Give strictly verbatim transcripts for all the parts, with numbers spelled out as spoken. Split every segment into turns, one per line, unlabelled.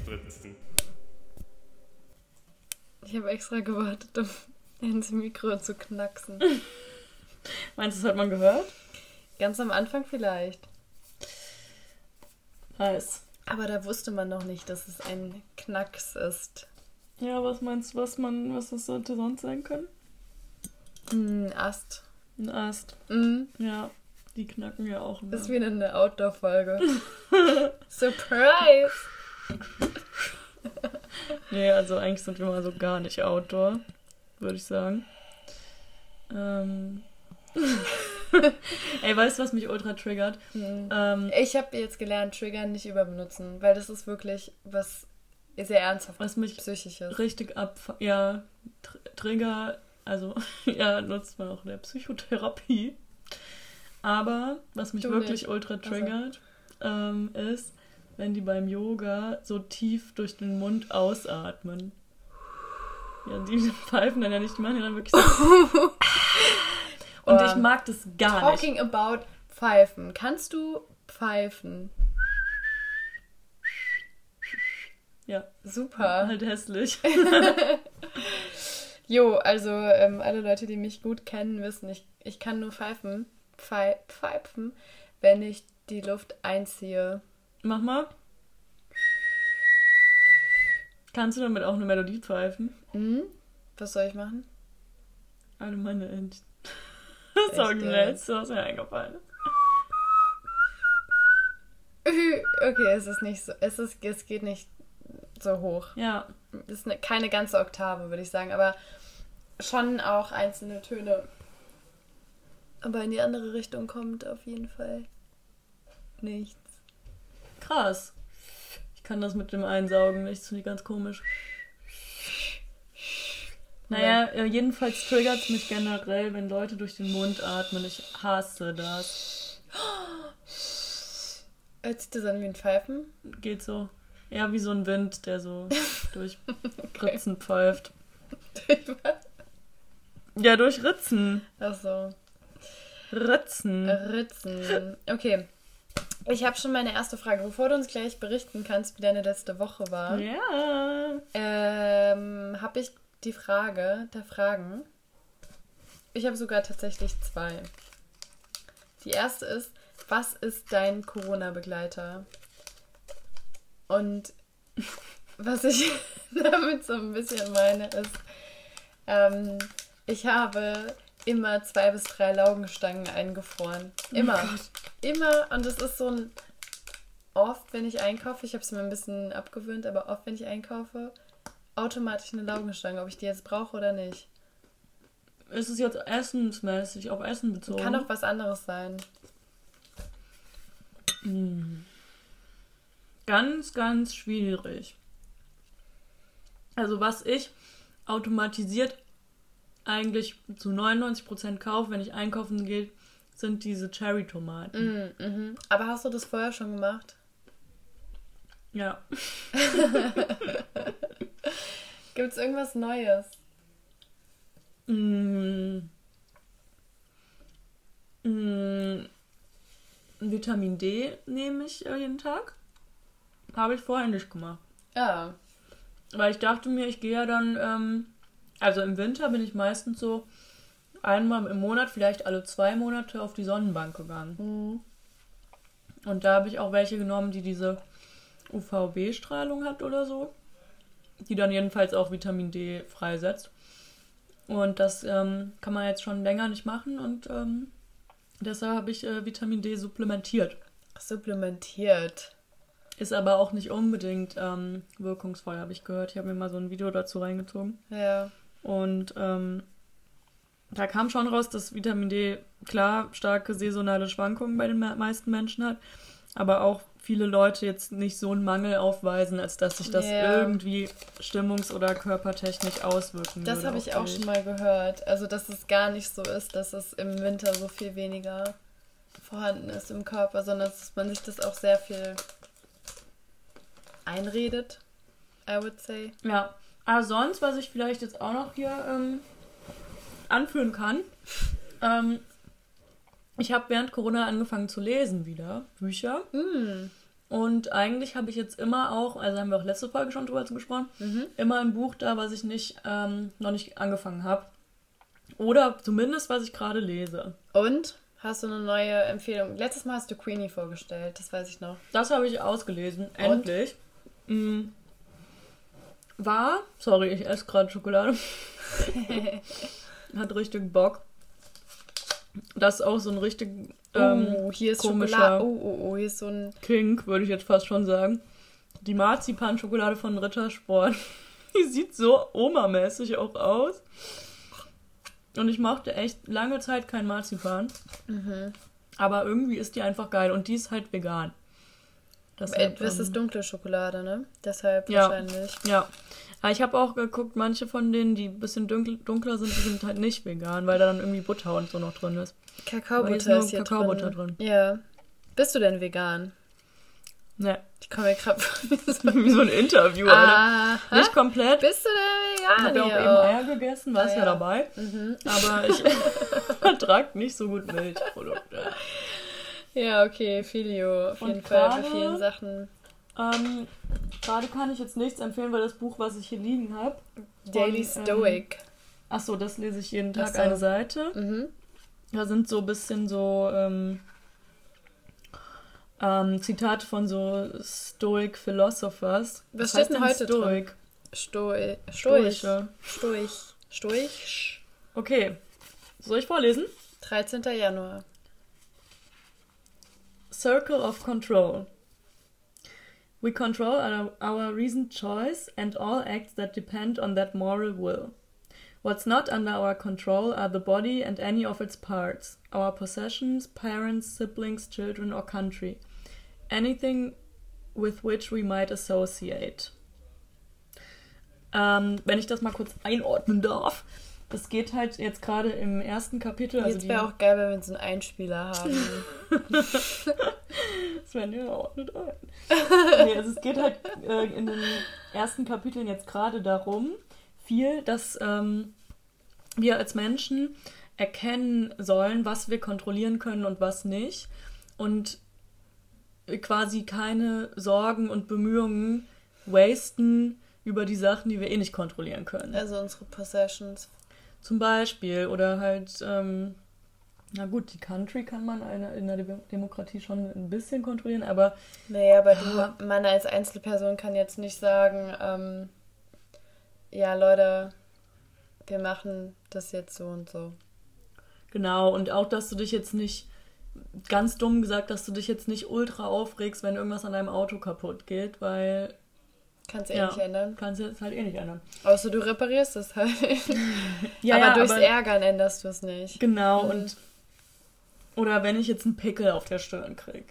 spritzen.
Ich habe extra gewartet, um ins Mikro zu knacksen.
Meinst du, das hat man gehört?
Ganz am Anfang vielleicht.
Nice.
Aber da wusste man noch nicht, dass es ein Knacks ist.
Ja, was meinst du, was man, was das sollte sonst sein können?
Ein Ast.
Ein Ast.
Mhm.
Ja, die knacken ja auch.
Das ist wie eine Outdoor-Folge. Surprise!
Nee, also eigentlich sind wir mal so gar nicht Outdoor, würde ich sagen. Ähm... Ey, weißt du, was mich ultra triggert?
Mhm.
Ähm,
Ich habe jetzt gelernt, Triggern nicht überbenutzen, weil das ist wirklich was sehr ernsthaft,
was mich
Psychisches.
richtig ab... Ja, Tr- Trigger, also ja, nutzt man auch in der Psychotherapie. Aber was mich
Du
wirklich
nicht.
ultra
Also.
triggert, ähm, ist, wenn die beim Yoga so tief durch den Mund ausatmen. Ja, die pfeifen dann ja nicht, die machen ja dann wirklich so... Und ich mag das gar
Talking
nicht.
about Pfeifen. Kannst du pfeifen?
Ja,
Super.
halt hässlich.
Jo, also ähm, alle Leute, die mich gut kennen, wissen, ich, ich kann nur pfeifen, pfei pfeifen, wenn ich die Luft einziehe.
Mach mal. Kannst du damit auch eine Melodie pfeifen?
Mhm. Was soll ich machen?
Alle meine Ent. Das ist auch
Echt,
das
ja.
Letzte, was mir eingefallen ist.
Okay, es ist nicht so, es ist, es geht nicht so hoch.
Ja,
Es ist eine, keine ganze Oktave, würde ich sagen, aber schon auch einzelne Töne. Aber in die andere Richtung kommt auf jeden Fall nichts.
krass. Ich kann das mit dem Einsaugen nicht, das finde ich ganz komisch. Naja, äh, jedenfalls triggert es mich generell, wenn Leute durch den Mund atmen. Ich hasse das.
Hört sich das an wie ein Pfeifen?
Geht so. Ja, wie so ein Wind, der so durch Ritzen pfeift. Ja, durch Ritzen.
Ach so.
Ritzen.
Ritzen. Okay. Ich habe schon meine erste Frage. Bevor du uns gleich berichten kannst, wie deine letzte Woche war,
Ja.
ähm, habe ich die Frage der Fragen. Ich habe sogar tatsächlich zwei. Die erste ist, was ist dein Corona-Begleiter? Und was ich damit so ein bisschen meine, ist, ähm, ich habe immer zwei bis drei Laugenstangen eingefroren. Immer. Immer. Und es ist so ein... Oft, wenn ich einkaufe, ich habe es mir ein bisschen abgewöhnt, aber oft, wenn ich einkaufe, automatisch eine Laugenstange, ob ich die jetzt brauche oder nicht.
Ist es jetzt essensmäßig, auf Essen bezogen?
Kann auch was anderes sein.
Hm. Ganz, ganz schwierig. Also was ich automatisiert eigentlich zu neunundneunzig Prozent kaufe, wenn ich einkaufen gehe, sind diese Cherry-Tomaten.
Mm, mhm. Aber hast du das vorher schon gemacht?
Ja.
Gibt es irgendwas Neues?
Mm. Mm. Vitamin D nehme ich jeden Tag. Habe ich vorher nicht gemacht.
Ja.
Weil ich dachte mir, ich gehe ja dann, ähm, also im Winter bin ich meistens so einmal im Monat, vielleicht alle zwei Monate auf die Sonnenbank gegangen.
Mhm.
Und da habe ich auch welche genommen, die diese U V B-Strahlung hat oder so. Die dann jedenfalls auch Vitamin D freisetzt. Und das ähm, kann man jetzt schon länger nicht machen und ähm, deshalb habe ich äh, Vitamin D supplementiert.
Supplementiert.
Ist aber auch nicht unbedingt ähm, wirkungsvoll, habe ich gehört. Ich habe mir mal so ein Video dazu reingezogen.
Ja.
Und ähm, da kam schon raus, dass Vitamin D klar starke saisonale Schwankungen bei den me- meisten Menschen hat, aber auch viele Leute jetzt nicht so einen Mangel aufweisen, als dass sich das
Ja.
irgendwie stimmungs- oder körpertechnisch auswirken
Das
würde.
habe ich
auf
auch
dich.
schon mal gehört. Also, dass es gar nicht so ist, dass es im Winter so viel weniger vorhanden ist im Körper, sondern dass man sich das auch sehr viel einredet, I would say.
Ja, aber sonst, was ich vielleicht jetzt auch noch hier ähm, anführen kann, ähm, ich habe während Corona angefangen zu lesen wieder, Bücher.
Mm.
Und eigentlich habe ich jetzt immer auch, also haben wir auch letzte Folge schon drüber gesprochen, mhm. immer ein Buch da, was ich nicht ähm, noch nicht angefangen habe. Oder zumindest, was ich gerade lese.
Und? Hast du eine neue Empfehlung? Letztes Mal hast du Queenie vorgestellt, das weiß ich noch.
Das habe ich ausgelesen, und? Endlich. Mhm. War, sorry, ich esse gerade Schokolade. Hat richtig Bock. Das ist auch so ein richtig ähm,
oh, hier ist komischer oh, oh, oh, hier ist so ein
Kink, würde ich jetzt fast schon sagen. Die Marzipan-Schokolade von Rittersport. Die sieht so Oma-mäßig auch aus. Und ich mochte echt lange Zeit kein Marzipan. Mhm. Aber irgendwie ist die einfach geil. Und die ist halt vegan.
Deshalb, das ähm, ist dunkle Schokolade, ne? Deshalb ja, wahrscheinlich.
Ja. Aber ich habe auch geguckt, manche von denen, die ein bisschen dunkel, dunkler sind, die sind halt nicht vegan, weil da dann irgendwie Butter und so noch drin ist.
Kakaobutter ist, ist hier
Kakaobutter drin.
drin. Ja. Bist du denn vegan?
Ne.
Ich komme mir gerade
wie so ein Interview, Alter. Nicht komplett.
Bist du denn vegan?
Ich habe ja auch eben Eier gegessen, war ah, ja. ja dabei. Mhm. Aber ich vertrage nicht so gut Milchprodukte.
Ja, okay, Filio, auf jeden und Fall grade, für vielen Sachen.
Ähm, gerade kann ich jetzt nichts empfehlen, weil das Buch, was ich hier liegen habe...
Daily von, Stoic.
Ähm, Achso, das lese ich jeden Tag so. Eine Seite. Mhm. Da sind so ein bisschen so ähm, ähm, Zitate von so Stoic Philosophers.
Was, Was steht denn heute Stoic? Drin? Stoi Stoische. Stoich. Stoich.
Okay. Soll ich vorlesen?
dreizehnter Januar.
Circle of Control. We control our, our reasoned choice and all acts that depend on that moral will. What's not under our control are the body and any of its parts, our possessions, parents, siblings, children or country. Anything with which we might associate. Ähm, wenn ich das mal kurz einordnen darf. Das geht halt jetzt gerade im ersten Kapitel.
Also jetzt wäre auch geil, wenn wir so einen Einspieler haben.
Das wäre geordnet ein. Nee, also es geht halt äh, in den ersten Kapiteln jetzt gerade darum, viel, dass ähm, wir als Menschen erkennen sollen, was wir kontrollieren können und was nicht. Und quasi keine Sorgen und Bemühungen wasten über die Sachen, die wir eh nicht kontrollieren können.
Also unsere Possessions.
Zum Beispiel, oder halt, ähm, na gut, die Country kann man in der Demokratie schon ein bisschen kontrollieren, aber...
Naja, aber du, man als Einzelperson kann jetzt nicht sagen, ähm, ja Leute, wir machen das jetzt so und so.
Genau, und auch, dass du dich jetzt nicht, ganz dumm gesagt, dass du dich jetzt nicht ultra aufregst, wenn irgendwas an deinem Auto kaputt geht, weil...
Kannst du eh
ja,
nicht ändern.
Kannst du jetzt halt eh nicht ändern.
Außer du reparierst es halt.
ja,
aber
ja,
durchs
aber
Ärgern änderst du es nicht.
Genau, mhm. und oder wenn ich jetzt einen Pickel auf der Stirn krieg.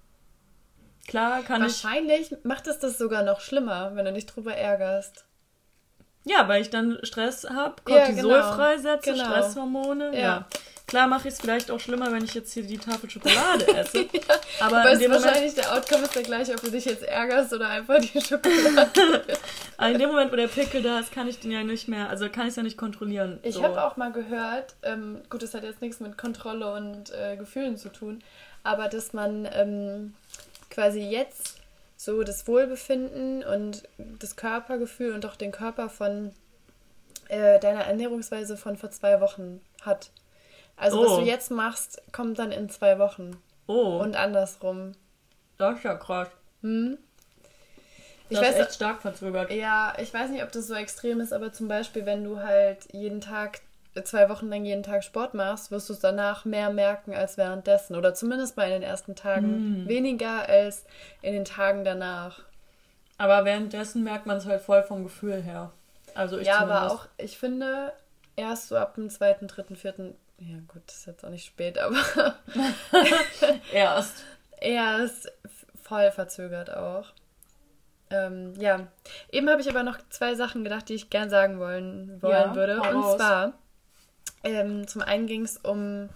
Klar kann
Wahrscheinlich
ich...
Wahrscheinlich macht es das sogar noch schlimmer, wenn du dich drüber ärgerst.
Ja, weil ich dann Stress habe, Cortisol ja, genau. freisetze,
genau.
Stresshormone. Ja. ja. Klar mache ich es vielleicht auch schlimmer, wenn ich jetzt hier die Tafel Schokolade esse.
ja, aber in dem wahrscheinlich Moment, der Outcome ist der gleiche, ob du dich jetzt ärgerst oder einfach die Schokolade.
Aber in dem Moment, wo der Pickel da ist, kann ich den ja nicht mehr, also kann ich es ja nicht kontrollieren.
Ich so. habe auch mal gehört, ähm, gut, das hat jetzt nichts mit Kontrolle und äh, Gefühlen zu tun, aber dass man ähm, quasi jetzt so das Wohlbefinden und das Körpergefühl und auch den Körper von äh, deiner Ernährungsweise von vor zwei Wochen hat. Also, oh. was du jetzt machst, kommt dann in zwei Wochen.
Oh.
Und andersrum.
Das ist ja krass.
Hm? Ich
das
weiß,
ist echt stark verzögert.
Ja, ich weiß nicht, ob das so extrem ist, aber zum Beispiel, wenn du halt jeden Tag, zwei Wochen lang jeden Tag Sport machst, wirst du es danach mehr merken als währenddessen. Oder zumindest mal in den ersten Tagen. Mm. Weniger als in den Tagen danach.
Aber währenddessen merkt man es halt voll vom Gefühl her. Also ich
Ja,
zumindest.
aber auch, ich finde, erst so ab dem zweiten, dritten, vierten... Ja gut, das ist jetzt auch nicht spät, aber
erst.
Erst voll verzögert auch. Ähm, ja, eben habe ich aber noch zwei Sachen gedacht, die ich gern sagen wollen, wollen ja, würde. Und raus. zwar, ähm, zum einen ging es um,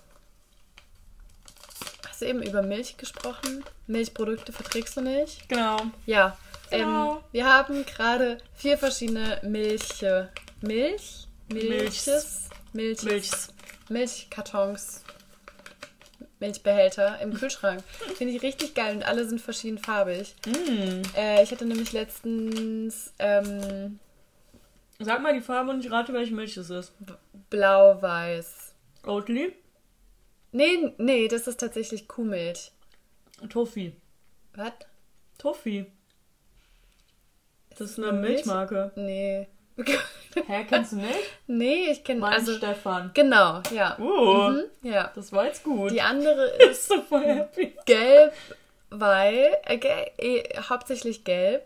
hast du eben über Milch gesprochen? Milchprodukte verträgst du nicht?
Genau.
Ja,
genau.
Ähm, wir haben gerade vier verschiedene Milche. Milch? Milches?
Milchs.
Milchs.
Milchs.
Milchkartons Milchbehälter im Kühlschrank. Finde ich richtig geil und alle sind verschiedenfarbig.
Mm.
Äh, ich hatte nämlich letztens ähm,
Sag mal die Farbe und ich rate, welche Milch es ist.
blau-weiß.
Oatly?
Nee, nee, das ist tatsächlich Kuhmilch.
Toffee.
Was?
Toffee. Das ist eine
Milch?
Milchmarke.
Nee.
Hä, kennst du nicht?
Nee, ich kenne...
Mein
Also,
Stefan.
genau, ja.
Uh,
Mhm, ja.
das war jetzt gut.
Die andere
Ich bin
ist
so voll happy.
gelb, weil... Äh, gel eh, hauptsächlich gelb.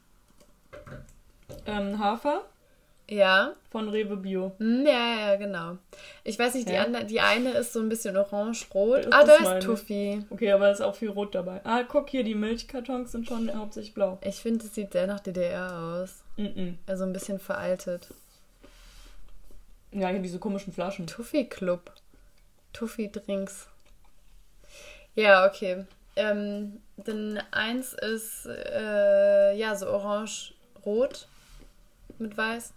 Ähm, Hafer
Ja.
von Rewe Bio.
Hm, ja, ja, ja, genau. Ich weiß nicht, die,
Ja.
andere, die eine ist so ein bisschen orange-rot.
Das
Ah,
ist
da
meine.
ist Tuffy.
Okay, aber es ist auch viel Rot dabei. Ah, guck hier, die Milchkartons sind schon hauptsächlich blau.
Ich finde, es sieht sehr nach D D R aus.
Mm-mm.
Also ein bisschen veraltet.
Ja, hier diese komischen Flaschen.
Tuffy Club. Tuffy Drinks. Ja, okay. Ähm, dann eins ist, äh, ja, so orange-rot mit weiß.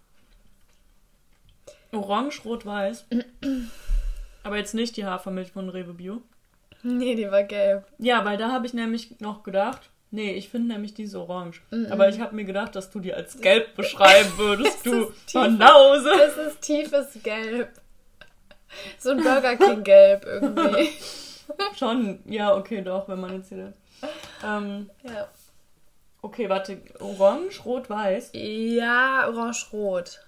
Orange, Rot, Weiß. Aber jetzt nicht die Hafermilch von Rewe Bio.
Nee, die war gelb.
Ja, weil da habe ich nämlich noch gedacht, nee, ich finde nämlich diese orange.
Mm-mm.
Aber ich habe mir gedacht, dass du die als gelb beschreiben würdest,
Es
du
ist tief-
Banause.
Es ist tiefes Gelb. So ein Burger King Gelb irgendwie.
Schon, ja, okay, doch, wenn man jetzt hier... Ähm,
Ja.
okay, warte, orange, rot, weiß.
Ja, orange-rot.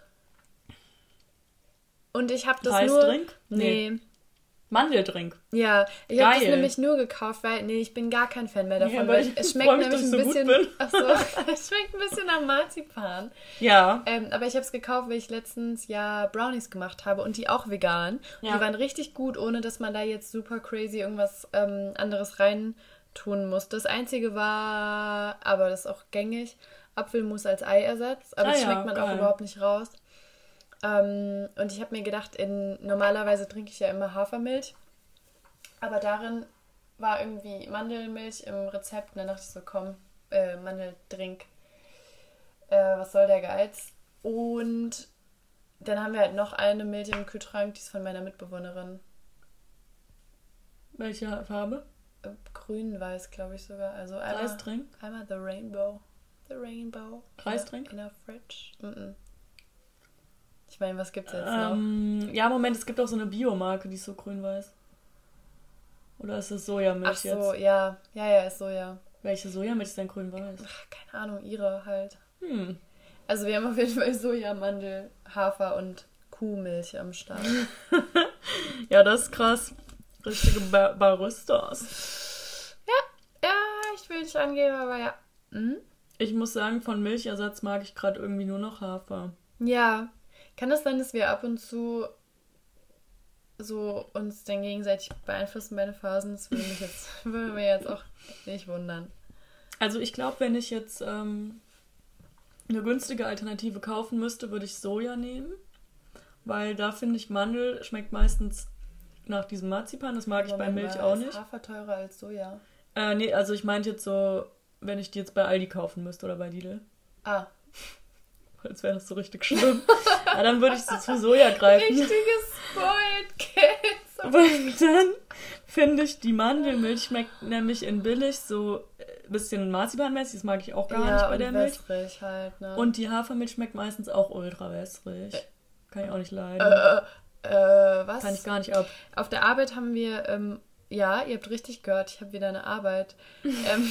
Und ich habe das nur...
Reisdrink?
Nee.
Mandeldrink.
Ja, ich habe das
Geil.
nämlich nur gekauft, weil... Nee, ich bin gar kein Fan mehr davon.
Ja,
weil
weil ich
es schmeckt
freu mich,
nämlich
dass
ein
ich so gut
bisschen...
bin.
Achso, es schmeckt ein bisschen nach Marzipan.
Ja.
Ähm, aber ich habe es gekauft, weil ich letztens ja Brownies gemacht habe und die auch vegan.
Ja.
Die waren richtig gut, ohne dass man da jetzt super crazy irgendwas ähm, anderes rein tun musste. Das Einzige war, aber das ist auch gängig, Apfelmus als Eiersatz. Aber
Ah
das
ja,
schmeckt man auch
geil.
überhaupt nicht raus. Ähm, und ich habe mir gedacht, in, normalerweise trinke ich ja immer Hafermilch. Aber darin war irgendwie Mandelmilch im Rezept. Und dann dachte ich so, komm, äh, Mandeldrink. Äh, was soll der Geiz? Und dann haben wir halt noch eine Milch im Kühlschrank, die ist von meiner Mitbewohnerin.
Welche Farbe?
Äh, Grün-weiß, glaube ich sogar. Also einmal,
Reisdrink?
einmal The Rainbow. The Rainbow.
Reisdrink?
In der Fridge. Mm-mm. Ich meine, was gibt's jetzt noch?
Ähm, ja, Moment, es gibt auch so eine Biomarke, die ist so grün-weiß. Oder ist es Sojamilch
Ach so,
jetzt?
ja. Ja, ja, ist Soja.
Welche Sojamilch ist denn grün-weiß?
Ach, keine Ahnung, ihre halt.
Hm.
Also wir haben auf jeden Fall Soja, Mandel, Hafer und Kuhmilch am Start.
Ja, das ist krass. Richtige ba Baristas.
Ja, ich will nicht angeben, aber ja. Mhm.
Ich muss sagen, von Milchersatz mag ich gerade irgendwie nur noch Hafer.
Ja. Kann es sein, dass wir ab und zu so uns dann gegenseitig beeinflussen bei den Phasen? Das würde mich jetzt, würde mir jetzt auch nicht wundern.
Also ich glaube, wenn ich jetzt ähm, eine günstige Alternative kaufen müsste, würde ich Soja nehmen. Weil da finde ich, Mandel schmeckt meistens nach diesem Marzipan. Das mag ich bei
Moment
Milch
mal,
auch
ist
nicht.
Hafer teurer als Soja?
Äh, nee, also ich meinte jetzt so, wenn ich die jetzt bei Aldi kaufen müsste oder bei Lidl.
Ah.
Als wäre das so richtig schlimm. Ja, dann würde ich so zu Soja greifen.
Richtiges Spoiled Kids.
Weil dann finde ich, die Mandelmilch schmeckt nämlich in billig so ein bisschen marzipanmäßig. Das mag ich auch gar
ja,
nicht bei
und
der Milch.
wässrig halt, ne?
Und die Hafermilch schmeckt meistens auch ultra wässrig. Kann ich auch nicht leiden.
Äh, äh, was?
Kann ich gar nicht ab.
Auf der Arbeit haben wir, ähm, ja, ihr habt richtig gehört, ich habe wieder eine Arbeit. ähm,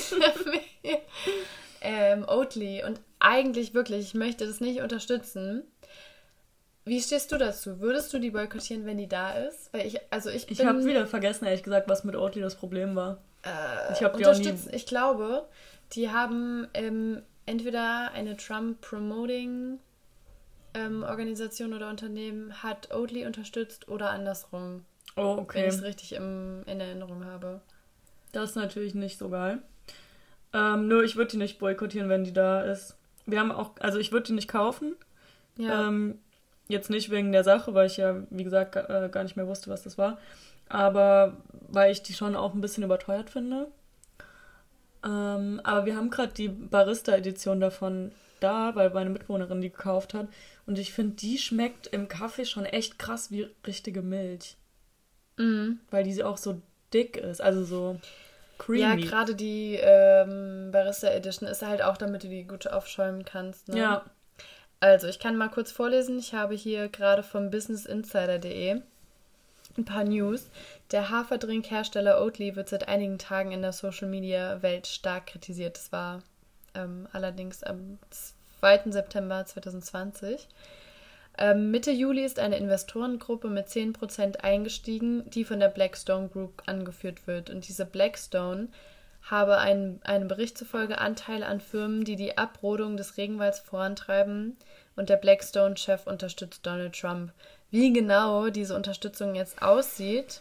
ähm, Oatly. Und eigentlich wirklich, ich möchte das nicht unterstützen. Wie stehst du dazu? Würdest du die boykottieren, wenn die da ist? Weil ich, also ich bin...
Ich habe wieder vergessen, ehrlich gesagt, was mit Oatly das Problem war.
Äh,
Ich habe die auch nie...
unterstützen. Ich glaube, die haben ähm, entweder eine Trump-Promoting ähm, Organisation oder Unternehmen hat Oatly unterstützt oder andersrum,
Oh,
wenn
okay.
ich es richtig im, in Erinnerung habe.
Das ist natürlich nicht so geil. Ähm, nur ich würde die nicht boykottieren, wenn die da ist. Wir haben auch... Also ich würde die nicht kaufen.
Ja.
Ähm, jetzt nicht wegen der Sache, weil ich ja, wie gesagt, ga, äh, gar nicht mehr wusste, was das war. Aber weil ich die schon auch ein bisschen überteuert finde. Ähm, aber wir haben gerade die Barista-Edition davon da, weil meine Mitbewohnerin die gekauft hat. Und ich finde, die schmeckt im Kaffee schon echt krass wie richtige Milch.
Mhm.
Weil die auch so dick ist, also so creamy.
Ja, gerade die ähm, Barista Edition ist halt auch, damit du die gut aufschäumen kannst. Ne?
Ja.
Also, ich kann mal kurz vorlesen. Ich habe hier gerade vom business insider punkt de ein paar News. Der Haferdrinkhersteller Oatly wird seit einigen Tagen in der Social-Media-Welt stark kritisiert. Das war ähm, allerdings am zweiten September zweitausendzwanzig. Ähm, Mitte Juli ist eine Investorengruppe mit zehn Prozent eingestiegen, die von der Blackstone Group angeführt wird. Und diese Blackstone habe ein, einem Bericht zufolge Anteile an Firmen, die die Abrodung des Regenwalds vorantreiben. Und der Blackstone-Chef unterstützt Donald Trump. Wie genau diese Unterstützung jetzt aussieht,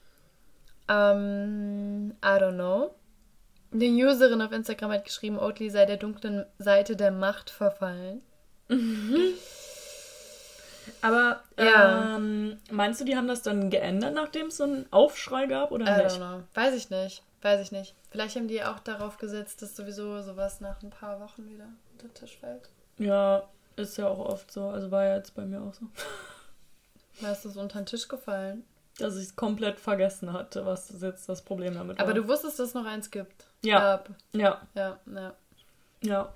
ähm, I don't know. Die Userin auf Instagram hat geschrieben, Oatly sei der dunklen Seite der Macht verfallen.
Mhm. Aber
Ja.
ähm, meinst du, die haben das dann geändert, nachdem es so einen Aufschrei gab oder
I
nicht?
don't know. Weiß ich nicht. Weiß ich nicht. Vielleicht haben die auch darauf gesetzt, dass sowieso sowas nach ein paar Wochen wieder unter den Tisch fällt.
Ja, ist ja auch oft so. Also war ja jetzt bei mir auch so.
Da ist es unter den Tisch gefallen.
Dass ich es komplett vergessen hatte, was das jetzt das Problem damit war.
Aber du wusstest, dass es noch eins gibt.
Ja.
Gab.
Ja.
Ja, ja.
Ja.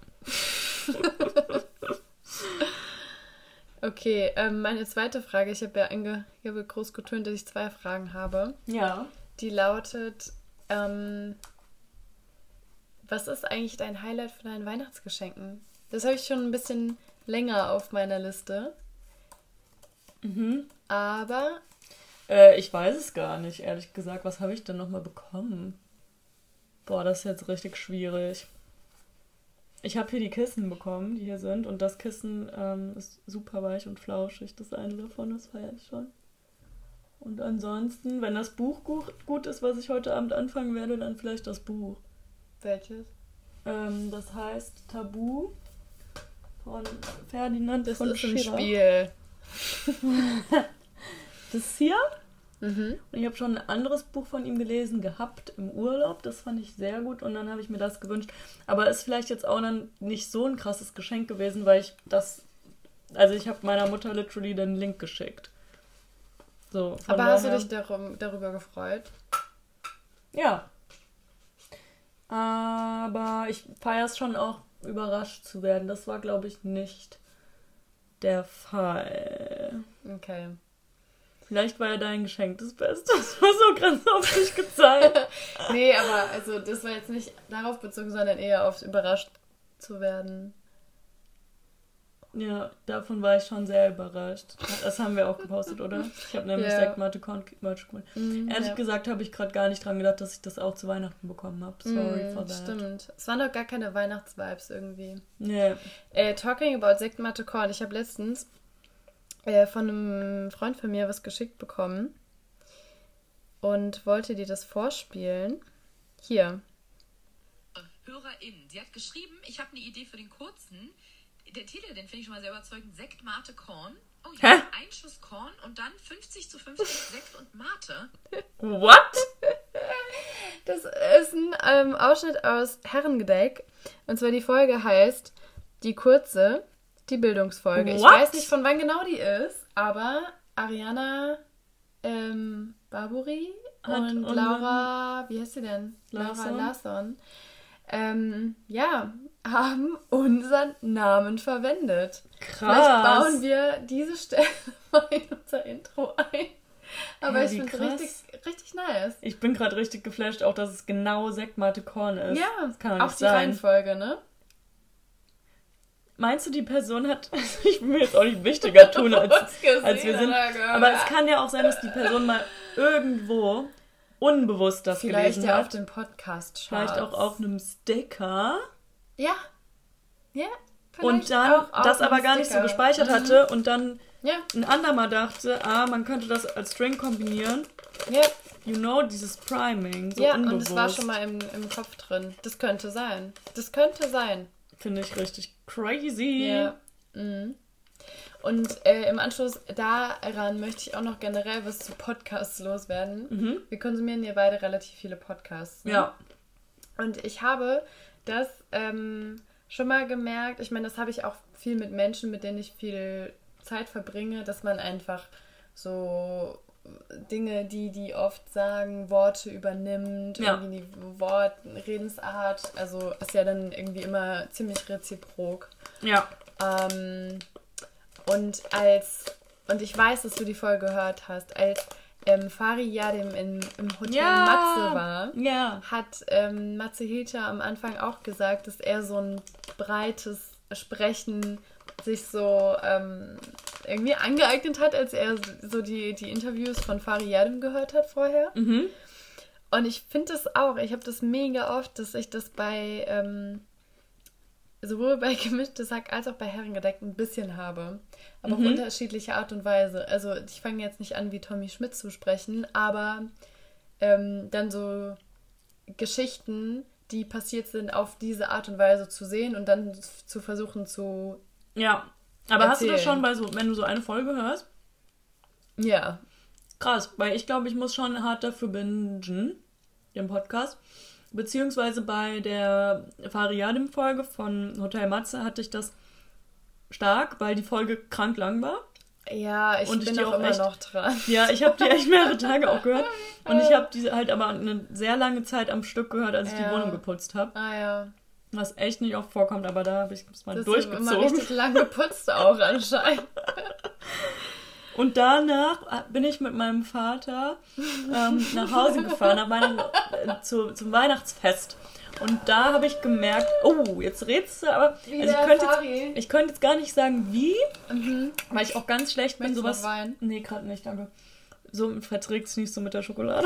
Okay, ähm, meine zweite Frage. Ich habe ja ange- ich habe groß getönt, dass ich zwei Fragen habe.
Ja.
Die lautet, ähm, was ist eigentlich dein Highlight von deinen Weihnachtsgeschenken? Das habe ich schon ein bisschen länger auf meiner Liste.
Mhm.
Aber,
Äh, ich weiß es gar nicht, ehrlich gesagt. Was habe ich denn nochmal bekommen? Boah, das ist jetzt richtig schwierig. Ich habe hier die Kissen bekommen, die hier sind. Und das Kissen ähm, ist super weich und flauschig. Das eine davon, das feiere ich schon. Und ansonsten, wenn das Buch gut, gut ist, was ich heute Abend anfangen werde, dann vielleicht das Buch.
welches?
Ähm, das heißt Tabu von Ferdinand
Das
von
ist ein
Schirach.
Spiel.
Das hier.
Mhm.
Und ich habe schon ein anderes Buch von ihm gelesen gehabt im Urlaub. Das fand ich sehr gut und dann habe ich mir das gewünscht. Aber ist vielleicht jetzt auch dann nicht so ein krasses Geschenk gewesen, weil ich das... Also ich habe meiner Mutter literally den Link geschickt. So, von
Aber hast du
daher-
dich darum, darüber gefreut?
Ja. Aber ich feiere es schon auch, überrascht zu werden. Das war, glaube ich, nicht der Fall.
Okay.
Vielleicht war ja dein Geschenk das Beste. Das war so ganz auf dich gezeigt.
Nee, aber also das war jetzt nicht darauf bezogen, sondern eher auf überrascht zu werden.
Ja, davon war ich schon sehr überrascht. Das haben wir auch gepostet, oder? Ich habe nämlich
Ja.
Sekt Mate Korn Merch gemacht.
Mhm,
Ehrlich
ja.
gesagt habe ich gerade gar nicht dran gedacht, dass ich das auch zu Weihnachten bekommen habe. Sorry
Mm,
for that.
Stimmt. Es waren doch gar keine Weihnachtsvibes irgendwie.
Nee.
Äh, talking about Sekt Mate Korn. Ich habe letztens äh, von einem Freund von mir was geschickt bekommen und wollte dir das vorspielen. Hier.
HörerInnen. Sie hat geschrieben, ich habe eine Idee für den kurzen. Der Titel, den finde ich schon mal sehr überzeugend. Sekt, Mate, Korn. Oh ja,
Hä?
ein Schuss Korn und dann fünfzig zu fünfzig Sekt und Mate.
What?
Das ist ein ähm, Ausschnitt aus Herrengedeck. Und zwar die Folge heißt Die kurze, die Bildungsfolge. Ich
What?
weiß nicht, von wann genau die ist, aber Ariana ähm, Barbary
Hat
und
unseren-
Laura, wie heißt sie denn?
Larsson.
Laura Larsson. Ähm, ja, haben unseren Namen verwendet.
Krass.
Vielleicht bauen wir diese Stelle mal in unser Intro ein. Aber
Ja,
ich
wie
finde es
krass.
richtig, richtig nice.
Ich bin gerade richtig geflasht, auch dass es genau Sekt Mate Korn ist.
Ja,
das kann doch
auch
nicht
die
sein.
Reihenfolge, ne?
Meinst du, die Person hat... Ich will mir jetzt auch nicht wichtiger tun, als,
Uns gesehen
als wir sind.
oder gehört.
Aber es kann ja auch sein, dass die Person mal irgendwo unbewusst das
Vielleicht
gelesen
ja
hat.
auf dem Podcast
Vielleicht auch auf einem Sticker.
Ja. Ja.
Und
vielleicht
dann
auch auf
das aber
einem
gar nicht so
Sticker.
gespeichert
Mhm.
hatte und dann
Ja.
ein andermal dachte, ah, man könnte das als String kombinieren.
Ja.
You know, dieses Priming, so
Ja,
unbewusst.
und es war schon mal im, im Kopf drin. Das könnte sein. Das könnte sein.
Finde ich richtig crazy.
Ja. Mhm. Und äh, im Anschluss daran möchte ich auch noch generell was zu Podcasts loswerden.
Mhm.
Wir konsumieren ja beide relativ viele Podcasts. Ne?
Ja.
Und ich habe das ähm, schon mal gemerkt, ich meine, das habe ich auch viel mit Menschen, mit denen ich viel Zeit verbringe, dass man einfach so Dinge, die die oft sagen, Worte übernimmt,
Ja.
irgendwie die Wort, Redensart, also ist ja dann irgendwie immer ziemlich reziprok.
Ja.
Ähm, und als, und ich weiß, dass du die Folge gehört hast, als ähm, Fari Yadim in, im Hotel
Ja.
Matze war,
Ja.
hat ähm, Matze Hilscher am Anfang auch gesagt, dass er so ein breites Sprechen sich so ähm, irgendwie angeeignet hat, als er so die, die Interviews von Fari Yadim gehört hat vorher.
Mhm.
Und ich finde das auch, ich habe das mega oft, dass ich das bei ähm, sowohl bei Gemischtes Hack als auch bei Herrengedeck ein bisschen habe. Aber
Mhm.
auf unterschiedliche Art und Weise. Also ich fange jetzt nicht an, wie Tommy Schmidt zu sprechen, aber ähm, dann so Geschichten, die passiert sind, auf diese Art und Weise zu sehen und dann zu versuchen zu...
Ja. Aber hast du das
Erzählen.
schon bei so, wenn du so eine Folge hörst?
Ja.
Krass, weil ich glaube, ich muss schon hart dafür bingen, den Podcast. Beziehungsweise bei der Fariadim-Folge von Hotel Matze hatte ich das stark, weil die Folge krank lang war.
Ja, ich
Und ich
bin
die
auch
auch
immer
echt-
noch dran.
Ja, ich habe die echt mehrere Tage auch gehört. Und ich habe diese halt aber eine sehr lange Zeit am Stück gehört, als ich
Ja.
die Wohnung geputzt habe.
Ah ja.
Was echt nicht oft vorkommt, aber da habe ich es mal
Das ist immer
durchgezogen.
richtig lang geputzt auch anscheinend.
Und danach bin ich mit meinem Vater ähm, nach Hause gefahren, nach meinem, äh, zu, zum Weihnachtsfest. Und da habe ich gemerkt, oh, jetzt redest du, aber
Wie
also ich,
der
könnte
Fari.
jetzt, ich könnte jetzt gar nicht sagen, wie,
Mhm.
weil ich auch ganz schlecht bin,
Möchtest du
sowas.
noch Wein?
Nee, gerade nicht, danke. So verträgt es nicht so mit der Schokolade.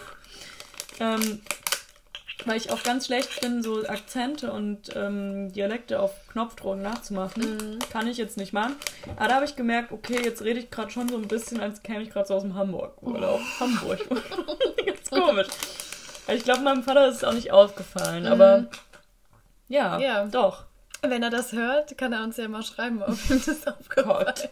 ähm, weil ich auch ganz schlecht bin, so Akzente und ähm, Dialekte auf Knopfdruck nachzumachen.
Mhm.
Kann ich jetzt nicht machen. Aber da habe ich gemerkt, okay, jetzt rede ich gerade schon so ein bisschen, als käme ich gerade so aus dem Hamburg. Oder auch Hamburg. Ganz komisch. Also ich glaube, meinem Vater ist es auch nicht aufgefallen, aber ja,
Ja.
doch.
Wenn er das hört, kann er uns ja mal schreiben, ob ihm das aufgefallen ist.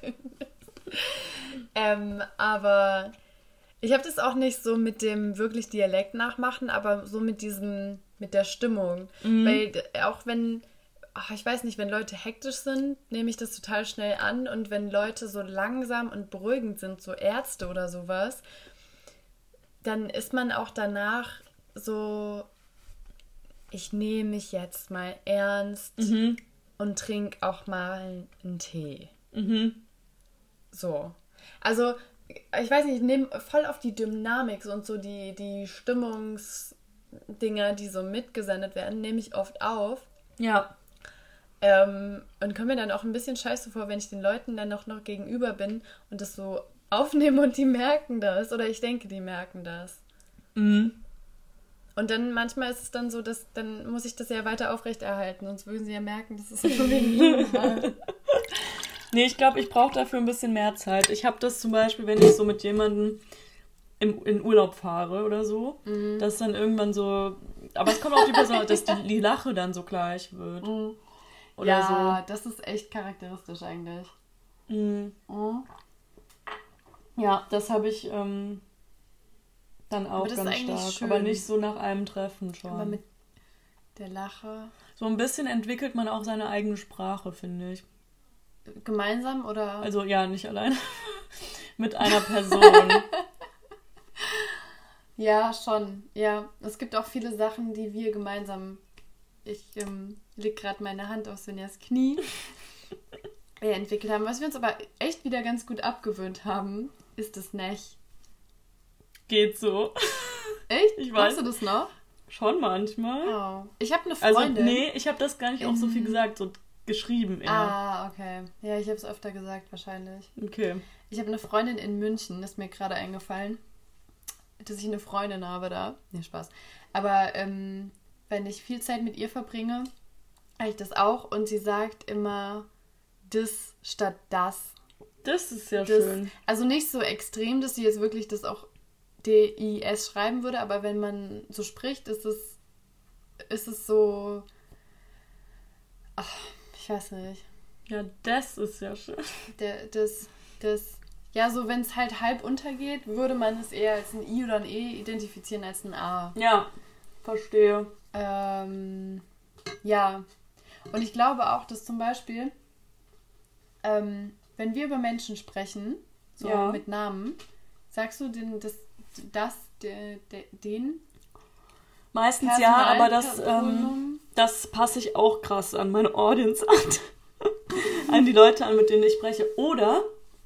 ähm, aber ich habe das auch nicht so mit dem wirklich Dialekt nachmachen, aber so mit diesem, mit der Stimmung.
Mhm.
Weil d- auch wenn, ach, ich weiß nicht, wenn Leute hektisch sind, nehme ich das total schnell an. Und wenn Leute so langsam und beruhigend sind, so Ärzte oder sowas, dann ist man auch danach so, ich nehme mich jetzt mal ernst
Mhm.
und trink auch mal einen Tee.
Mhm.
So. Also, ich weiß nicht, ich nehme voll auf die Dynamik und so die, die Stimmungsdinger, die so mitgesendet werden, nehme ich oft auf.
Ja.
Ähm, und komme mir dann auch ein bisschen scheiße vor, wenn ich den Leuten dann auch noch gegenüber bin und das so aufnehme und die merken das. Oder ich denke, die merken das.
Mhm.
Und dann manchmal ist es dann so, dass dann muss ich das ja weiter aufrechterhalten, sonst würden sie ja merken, dass es so wegen ihnen war.
Nee, ich glaube, ich brauche dafür ein bisschen mehr Zeit. Ich habe das zum Beispiel, wenn ich so mit jemandem im, in Urlaub fahre oder so,
Mhm.
dass dann irgendwann so... Aber es kommt auch die Person, dass die, die Lache dann so gleich wird. Oder
Ja, das ist echt charakteristisch eigentlich.
so. Mhm.
Mhm.
Ja, das habe ich ähm, dann auch
Aber das ist
ganz
eigentlich
stark.
schön.
Aber nicht so nach einem Treffen schon.
Aber mit der Lache.
So ein bisschen entwickelt man auch seine eigene Sprache, finde ich.
Gemeinsam oder?
Also ja, nicht alleine. Mit einer Person.
Ja, schon. Ja, es gibt auch viele Sachen, die wir gemeinsam. Ich ähm, leg gerade meine Hand auf Sonjas Knie. äh, entwickelt haben. Was wir uns aber echt wieder ganz gut abgewöhnt haben, ist das Nech.
Geht so.
Echt?
Ich
Machst
weiß.
du das noch?
Schon manchmal.
Oh. Ich habe eine
Also,
Freundin.
nee, ich habe das gar nicht auch so viel gesagt, so geschrieben eher.
Ah, okay. Ja, ich habe es öfter gesagt, wahrscheinlich.
Okay.
Ich habe eine Freundin in München, ist mir gerade eingefallen, dass ich eine Freundin habe da. Nee, Spaß. Aber ähm, wenn ich viel Zeit mit ihr verbringe, habe ich das auch. Und sie sagt immer das statt das.
Das ist ja
das
schön.
Also nicht so extrem, dass sie jetzt wirklich das auch D I S schreiben würde, aber wenn man so spricht, ist es, ist es so... Ach, ich weiß nicht.
Ja, das ist ja schön.
Der, das, das, ja, so wenn es halt halb untergeht, würde man es eher als ein I oder ein E identifizieren als ein A.
Ja, verstehe.
Ähm, ja. Und ich glaube auch, dass zum Beispiel, ähm, wenn wir über Menschen sprechen, so
Ja.
mit Namen, Sagst du den, das, das, de, de, den?
Meistens ja, aber das, ähm, das passe ich auch krass an meine Audience an. An die Leute an, mit denen ich spreche. Oder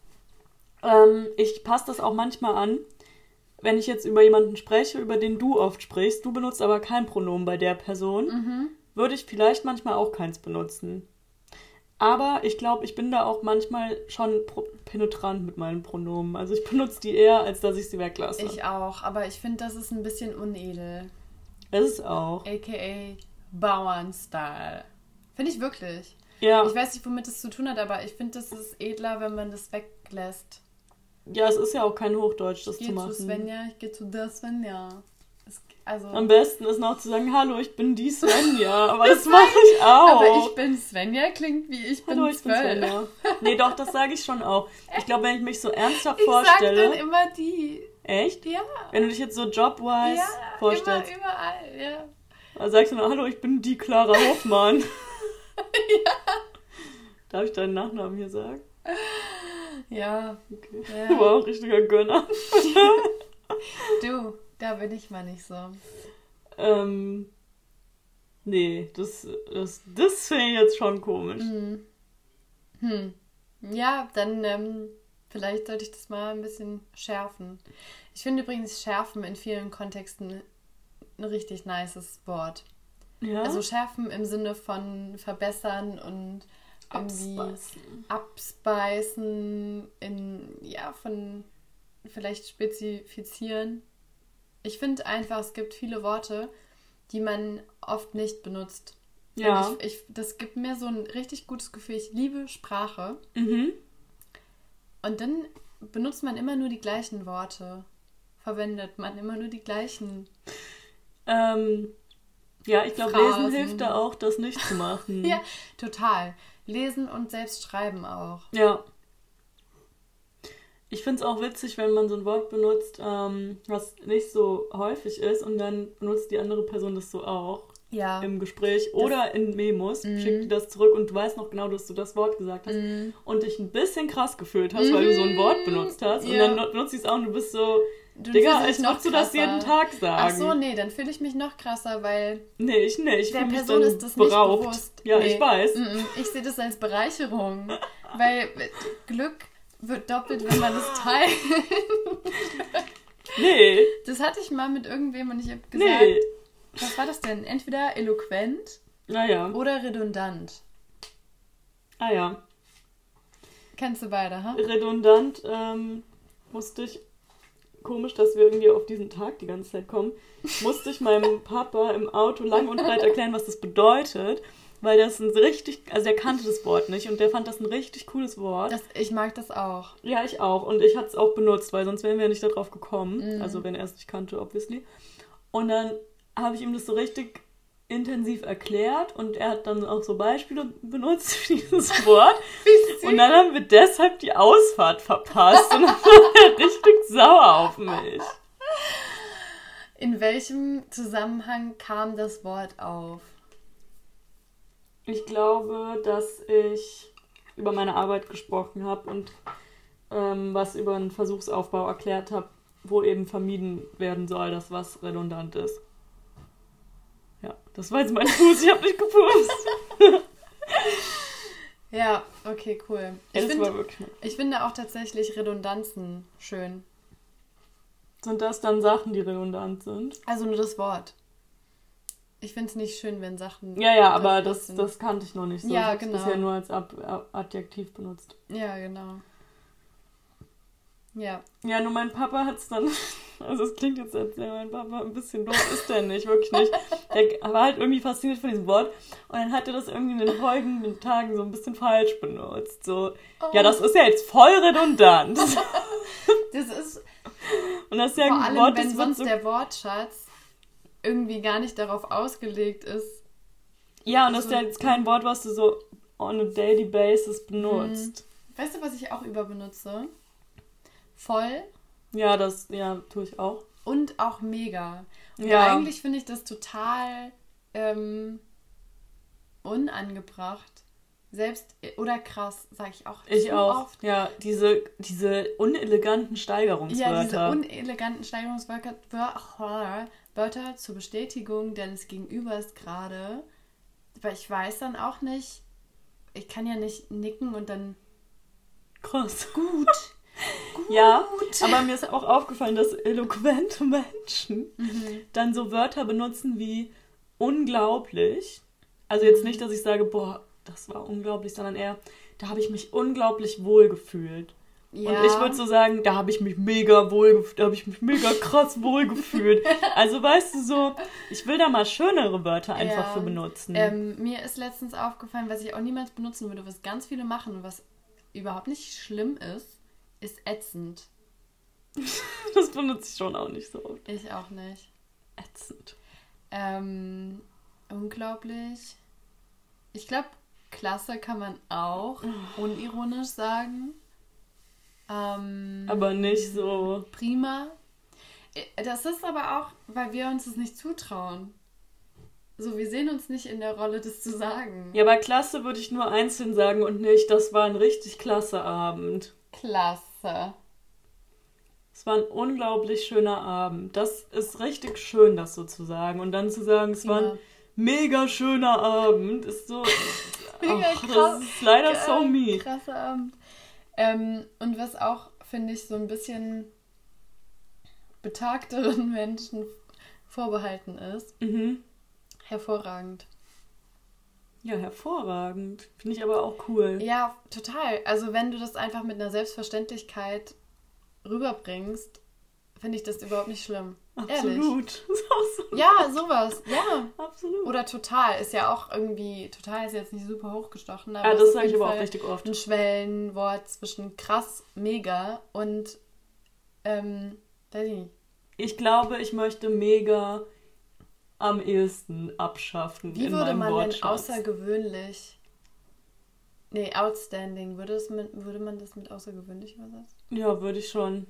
ähm, ich passe das auch manchmal an, wenn ich jetzt über jemanden spreche, über den du oft sprichst, du benutzt aber kein Pronomen bei der Person, mhm. würde ich vielleicht manchmal auch keins benutzen. Aber ich glaube, ich bin da auch manchmal schon pro- penetrant mit meinen Pronomen. Also ich benutze die eher, als dass ich sie weglasse.
Ich auch, aber ich finde, das ist ein bisschen unedel.
Es ist auch.
A K A Bauern-Style. Finde ich wirklich.
Ja.
Ich weiß nicht, womit es zu tun hat, aber ich finde, das ist edler, wenn man das weglässt.
Ja, es ist ja auch kein Hochdeutsch, das
ich
zu machen.
Ich gehe zu Svenja, ich gehe zu der Svenja. Es, also,
am besten ist noch zu sagen, hallo, ich bin die Svenja. Aber das mache ich auch.
Aber ich bin Svenja klingt wie ich bin
hallo, ich
zwölf.
bin Svenja. Nee, doch, das sage ich schon auch. Ich glaube, wenn ich mich so ernsthaft
ich
vorstelle...
Ich sag dann immer die.
Echt?
Ja.
Wenn du dich jetzt so jobwise
ja,
vorstellst.
Immer, überall, ja.
Dann sagst du nur, hallo, ich bin die Clara Hoffmann.
ja.
Darf ich deinen Nachnamen hier sagen?
Ja.
Okay.
Ja.
Du warst auch richtiger Gönner.
Du, da bin ich mal nicht so.
Ähm, nee, das, das, das finde ich jetzt schon komisch.
Hm. Hm. Ja, dann ähm, vielleicht sollte ich das mal ein bisschen schärfen. Ich finde übrigens schärfen in vielen Kontexten ein richtig nices Wort.
Ja?
Also schärfen im Sinne von verbessern und irgendwie
abspeisen.
abspeisen, in, ja, von vielleicht spezifizieren. Ich finde einfach, es gibt viele Worte, die man oft nicht benutzt.
Ja.
Ich, ich, das gibt mir so ein richtig gutes Gefühl. Ich liebe Sprache.
Mhm.
Und dann benutzt man immer nur die gleichen Worte. Verwendet man immer nur die gleichen.
Ähm, ja, ich glaube, Lesen hilft da auch, das nicht zu machen.
Ja, total. Lesen und selbst schreiben auch.
Ja. Ich finde es auch witzig, wenn man so ein Wort benutzt, ähm, was nicht so häufig ist und dann benutzt die andere Person das so auch
ja.
im Gespräch oder das, in Memos, mm. schickt die das zurück und du weißt noch genau, dass du das Wort gesagt hast mm. und dich ein bisschen krass gefühlt hast, mm-hmm. weil du so ein Wort benutzt hast
ja.
und dann benutzt du es auch und du bist so,
du
Digga, als würdest du das jeden Tag sagen.
Ach so, nee, dann fühle ich mich noch krasser, weil
nee, ich nicht.
Der Person ist das nicht
beraubt.
bewusst.
Ja,
nee.
ich weiß.
Ich sehe das als Bereicherung, weil Glück wird doppelt, wenn man es teilt.
Nee.
Das hatte ich mal mit irgendwem und ich habe gesagt,
nee.
Was war das denn? Entweder eloquent
naja.
oder redundant.
Ah ja.
Kennst du beide, ha?
Redundant ähm, musste ich, komisch, dass wir irgendwie auf diesen Tag die ganze Zeit kommen, musste ich meinem Papa im Auto lang und breit erklären, was das bedeutet. Weil das ein richtig, also der kannte das Wort nicht und der fand das ein richtig cooles Wort.
Das, ich mag das auch.
Ja, ich auch. Und ich hatte es auch benutzt, weil sonst wären wir ja nicht darauf gekommen. Mm. Also wenn er es nicht kannte, obviously. Und dann habe ich ihm das so richtig intensiv erklärt und er hat dann auch so Beispiele benutzt für dieses Wort. Und dann haben wir deshalb die Ausfahrt verpasst und dann war er richtig sauer auf mich.
In welchem Zusammenhang kam das Wort auf?
Ich glaube, dass ich über meine Arbeit gesprochen habe und ähm, was über einen Versuchsaufbau erklärt habe, wo eben vermieden werden soll, dass was redundant ist. Ja, das war jetzt mein Fuß, ich habe nicht gepustet.
Ja, okay, cool. Ich,
ja, das
find,
war wirklich
ich finde auch tatsächlich Redundanzen schön.
Sind das dann Sachen, die redundant sind?
Also nur das Wort. Ich finde es nicht schön, wenn Sachen...
Ja, ja, aber das, das kannte ich noch nicht so.
Ja,
ich
genau.
Ich habe bisher nur als Ab- Adjektiv benutzt.
Ja, genau. Ja.
Ja, nur mein Papa hat es dann... Also es klingt jetzt, als wäre mein Papa ein bisschen doof. Ist der nicht, wirklich nicht. Der war halt irgendwie fasziniert von diesem Wort. Und dann hat er das irgendwie in den folgenden Tagen so ein bisschen falsch benutzt. So, oh. Ja, das ist ja jetzt voll redundant.
Das ist...
Und das ist ja
vor
ein
allem,
Wort,
wenn
das
sonst
so
der Wortschatz irgendwie gar nicht darauf ausgelegt ist.
Ja, und das ist ja jetzt kein Wort, was du so on a daily basis benutzt.
Hm. Weißt du, was ich auch überbenutze? Voll.
Ja, das ja, tue ich auch.
Und auch mega. Und
ja.
eigentlich finde ich das total ähm, unangebracht. Selbst oder krass, sage ich auch
Ich
zu
auch.
oft.
Ja, diese, diese uneleganten Steigerungswörter.
Ja, diese uneleganten Steigerungswörter Wör- Wörter zur Bestätigung deines Gegenübers gerade. Weil ich weiß dann auch nicht, ich kann ja nicht nicken und dann
Krass.
gut. Gut.
Ja, aber mir ist auch aufgefallen, dass eloquente Menschen
Mhm.
dann so Wörter benutzen wie unglaublich. Also jetzt nicht, dass ich sage, boah, das war unglaublich, sondern eher, da habe ich mich unglaublich wohl gefühlt.
Ja.
Und ich würde so sagen, da habe ich mich mega wohl, da habe ich mich mega krass wohl gefühlt. Also weißt du so, ich will da mal schönere Wörter einfach
Ja.
für benutzen.
Ähm, mir ist letztens aufgefallen, was ich auch niemals benutzen würde, was ganz viele machen und was überhaupt nicht schlimm ist, ist ätzend.
Das benutze ich schon auch nicht so oft.
Ich auch nicht.
Ätzend.
Ähm, unglaublich. Ich glaube, klasse kann man auch unironisch sagen. Ähm,
Aber nicht so.
prima. Das ist aber auch, weil wir uns das nicht zutrauen. So, wir sehen uns nicht in der Rolle, das zu sagen.
Ja, bei klasse würde ich nur einzeln sagen und nicht, das war ein richtig klasse Abend.
Klasse.
Es war ein unglaublich schöner Abend. Das ist richtig schön, das so zu sagen. Und dann zu sagen, es war ein mega schöner Abend, ist so.
Mega
Ach,
krass.
das ist leider so
Geil,
me.
Krasser Abend. Ähm, und was auch, finde ich, so ein bisschen betagteren Menschen vorbehalten ist,
Mhm.
hervorragend.
Ja, hervorragend. Finde ich aber auch cool.
Ja, total. Also wenn du das einfach mit einer Selbstverständlichkeit rüberbringst, finde ich das überhaupt nicht schlimm. Ehrlich.
Absolut. Ist auch so.
Ja, sowas. Ja.
Absolut.
Oder total. Ist ja auch irgendwie, total ist jetzt nicht super hochgestochen. Aber
Ja,
es
das
ist
sage
auf
ich
jeden
aber auch
Fall
richtig oft.
ein Schwellenwort zwischen krass, mega und ähm, weiß ich nicht.
Ich glaube, ich möchte mega am ehesten abschaffen
Wie
in
würde
meinem
man denn
Wortschatz.
außergewöhnlich... Nee, outstanding. Würde, es mit, würde man das mit außergewöhnlich übersetzen?
Ja, würde ich schon.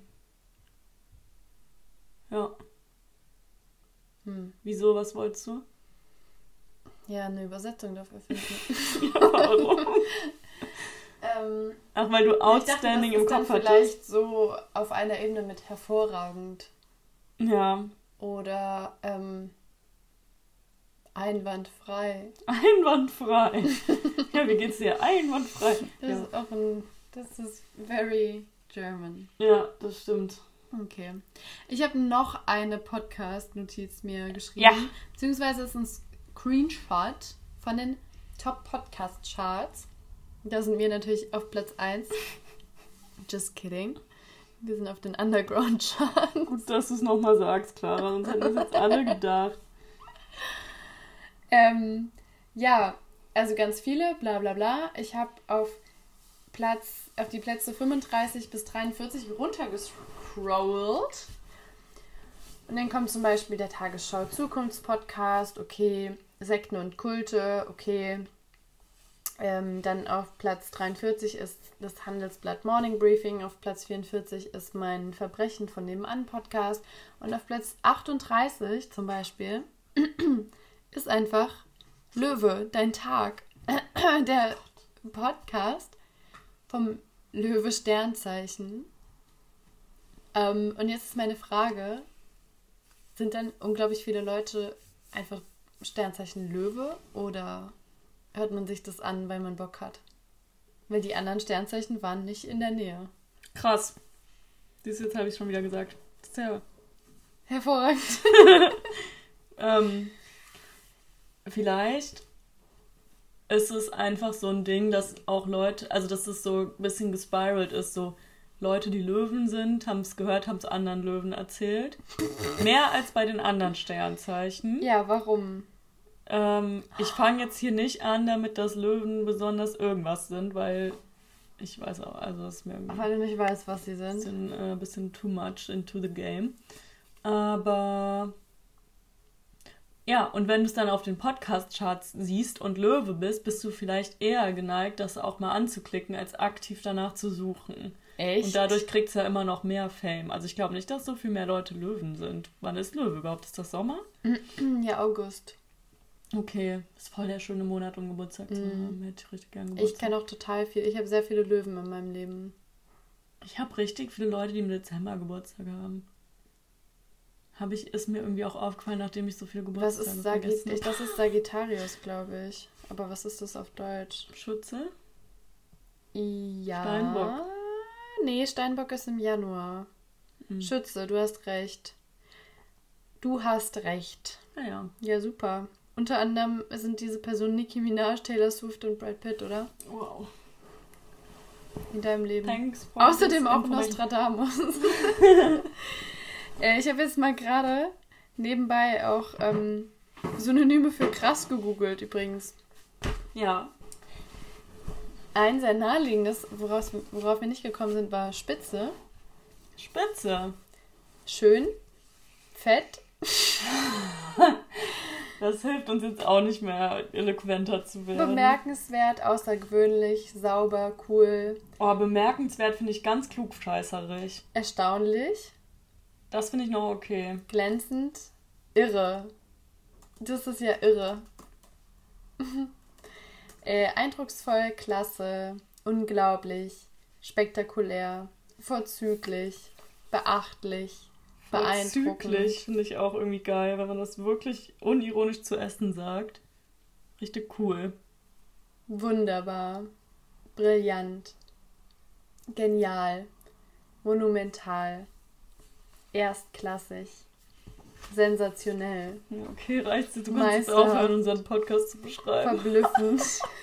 Ja.
Hm.
Wieso, was wolltest du?
Ja, eine Übersetzung dafür finden.
Warum?
ähm,
Ach, weil du Outstanding
ich dachte, das
im
ist dann
Kopf hattest.
vielleicht so auf einer Ebene mit hervorragend
Ja.
oder ähm, einwandfrei.
Einwandfrei. Ja, wie geht's dir? Einwandfrei.
Das
Ja.
ist auch ein, das ist very German.
Ja, das stimmt.
Okay. Ich habe noch eine Podcast-Notiz mir geschrieben.
Ja.
Beziehungsweise ist ein Screenshot von den Top-Podcast-Charts. Da sind wir natürlich auf Platz eins. Just kidding. Wir sind auf den Underground-Charts.
Gut, dass du es nochmal sagst, Clara. Sonst hätten es jetzt alle gedacht.
Ähm, ja, also ganz viele, bla bla bla. Ich habe auf Platz, auf die Plätze fünfunddreißig bis dreiundvierzig runtergescrollt. Und dann kommt zum Beispiel der Tagesschau Zukunftspodcast, okay, Sekten und Kulte, okay. Ähm, dann auf Platz dreiundvierzig ist das Handelsblatt Morning Briefing, auf Platz vierundvierzig ist mein Verbrechen von nebenan Podcast und auf Platz achtunddreißig zum Beispiel ist einfach Löwe, dein Tag. Der Podcast vom Löwe Sternzeichen. Ähm, und jetzt ist meine Frage, sind dann unglaublich viele Leute einfach Sternzeichen Löwe oder hört man sich das an, weil man Bock hat? Weil die anderen Sternzeichen waren nicht in der Nähe.
Krass. Dies jetzt habe ich schon wieder gesagt. Das ist ja...
Hervorragend.
ähm, vielleicht ist es einfach so ein Ding, dass auch Leute, also dass es so ein bisschen gespiralt ist, so Leute, die Löwen sind, haben es gehört, haben es anderen Löwen erzählt. Mehr als bei den anderen Sternzeichen.
Ja, warum?
Ähm, ich fange jetzt hier nicht an, damit dass Löwen besonders irgendwas sind, weil ich weiß auch, also es ist mir irgendwie
Weil du nicht weißt, was sie
ein
sind.
bisschen, äh, bisschen too much into the game. Aber ja, und wenn du es dann auf den Podcast-Charts siehst und Löwe bist, bist du vielleicht eher geneigt, das auch mal anzuklicken, als aktiv danach zu suchen.
Echt?
Und dadurch kriegt es ja immer noch mehr Fame. Also ich glaube nicht, dass so viel mehr Leute Löwen sind. Wann ist Löwe überhaupt? Ist das Sommer?
Ja, August.
Okay, ist voll der schöne Monat, um Geburtstag zu haben. Hätte ich richtig gern Geburtstag.
Ich kenne auch total viel. Ich habe sehr viele Löwen in meinem Leben.
Ich habe richtig viele Leute, die im Dezember Geburtstag haben. Habe ich, ist mir irgendwie auch aufgefallen, nachdem ich so viele
Was
Geburtstage
ist
vergessen
Sagitt- Das ist Sagittarius, glaube ich. Aber was ist das auf Deutsch?
Schütze?
Ja.
Steinbock.
Nee, Steinbock ist im Januar.
Hm.
Schütze, du hast recht. Du hast recht.
Naja.
Ja, super. Unter anderem sind diese Personen Nicki Minaj, Taylor Swift und Brad Pitt, oder?
Wow.
In deinem Leben.
Thanks for
Außerdem
this
auch
information.
Nostradamus. äh, ich habe jetzt mal gerade nebenbei auch ähm, Synonyme für krass gegoogelt übrigens.
Ja.
Ein sehr naheliegendes, woraus, worauf wir nicht gekommen sind, war Spitze.
Spitze.
Schön. Fett.
Das hilft uns jetzt auch nicht mehr, eloquenter zu werden.
Bemerkenswert, außergewöhnlich, sauber, cool,
Oh, bemerkenswert finde ich ganz klugscheißerig.
erstaunlich,
Das finde ich noch okay.
glänzend, irre. Das ist ja irre. äh, eindrucksvoll, klasse, unglaublich, spektakulär, vorzüglich, beachtlich, beeindruckend.
Vorzüglich finde ich auch irgendwie geil, wenn man das wirklich unironisch zu essen sagt. Richtig cool.
Wunderbar, brillant, genial, monumental, erstklassig, sensationell,
Ja, okay, reicht's jetzt. Du kannst jetzt
Meisterhaft.
aufhören, unseren Podcast zu beschreiben.
verblüffend,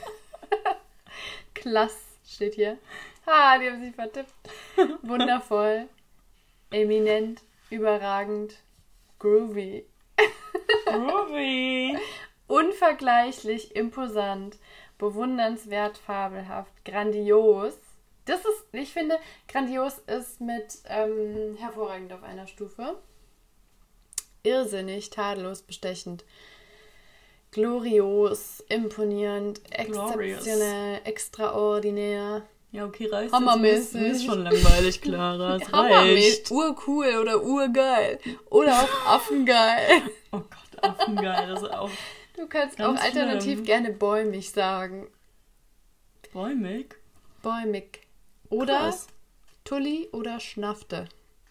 klasse steht hier. Ha, die haben sich vertippt. Wundervoll, eminent, überragend, groovy,
Groovy.
unvergleichlich, imposant, bewundernswert, fabelhaft, grandios. Das ist, ich finde, grandios ist mit ähm, hervorragend auf einer Stufe. Irrsinnig, tadellos, bestechend. Glorios, imponierend, exzeptionell, extraordinär.
Ja, okay, reicht
Hammermäßig.
jetzt. Ist schon langweilig, Clara. Es
Hammermäßig,
reicht.
urcool oder urgeil. Oder auch affengeil.
Oh Gott, Affengeil. Das ist auch
Du kannst
Ganz
auch alternativ
schlimm.
gerne bäumig sagen.
bäumig.
Bäumig. Oder
Krass.
Tulli oder Schnafte.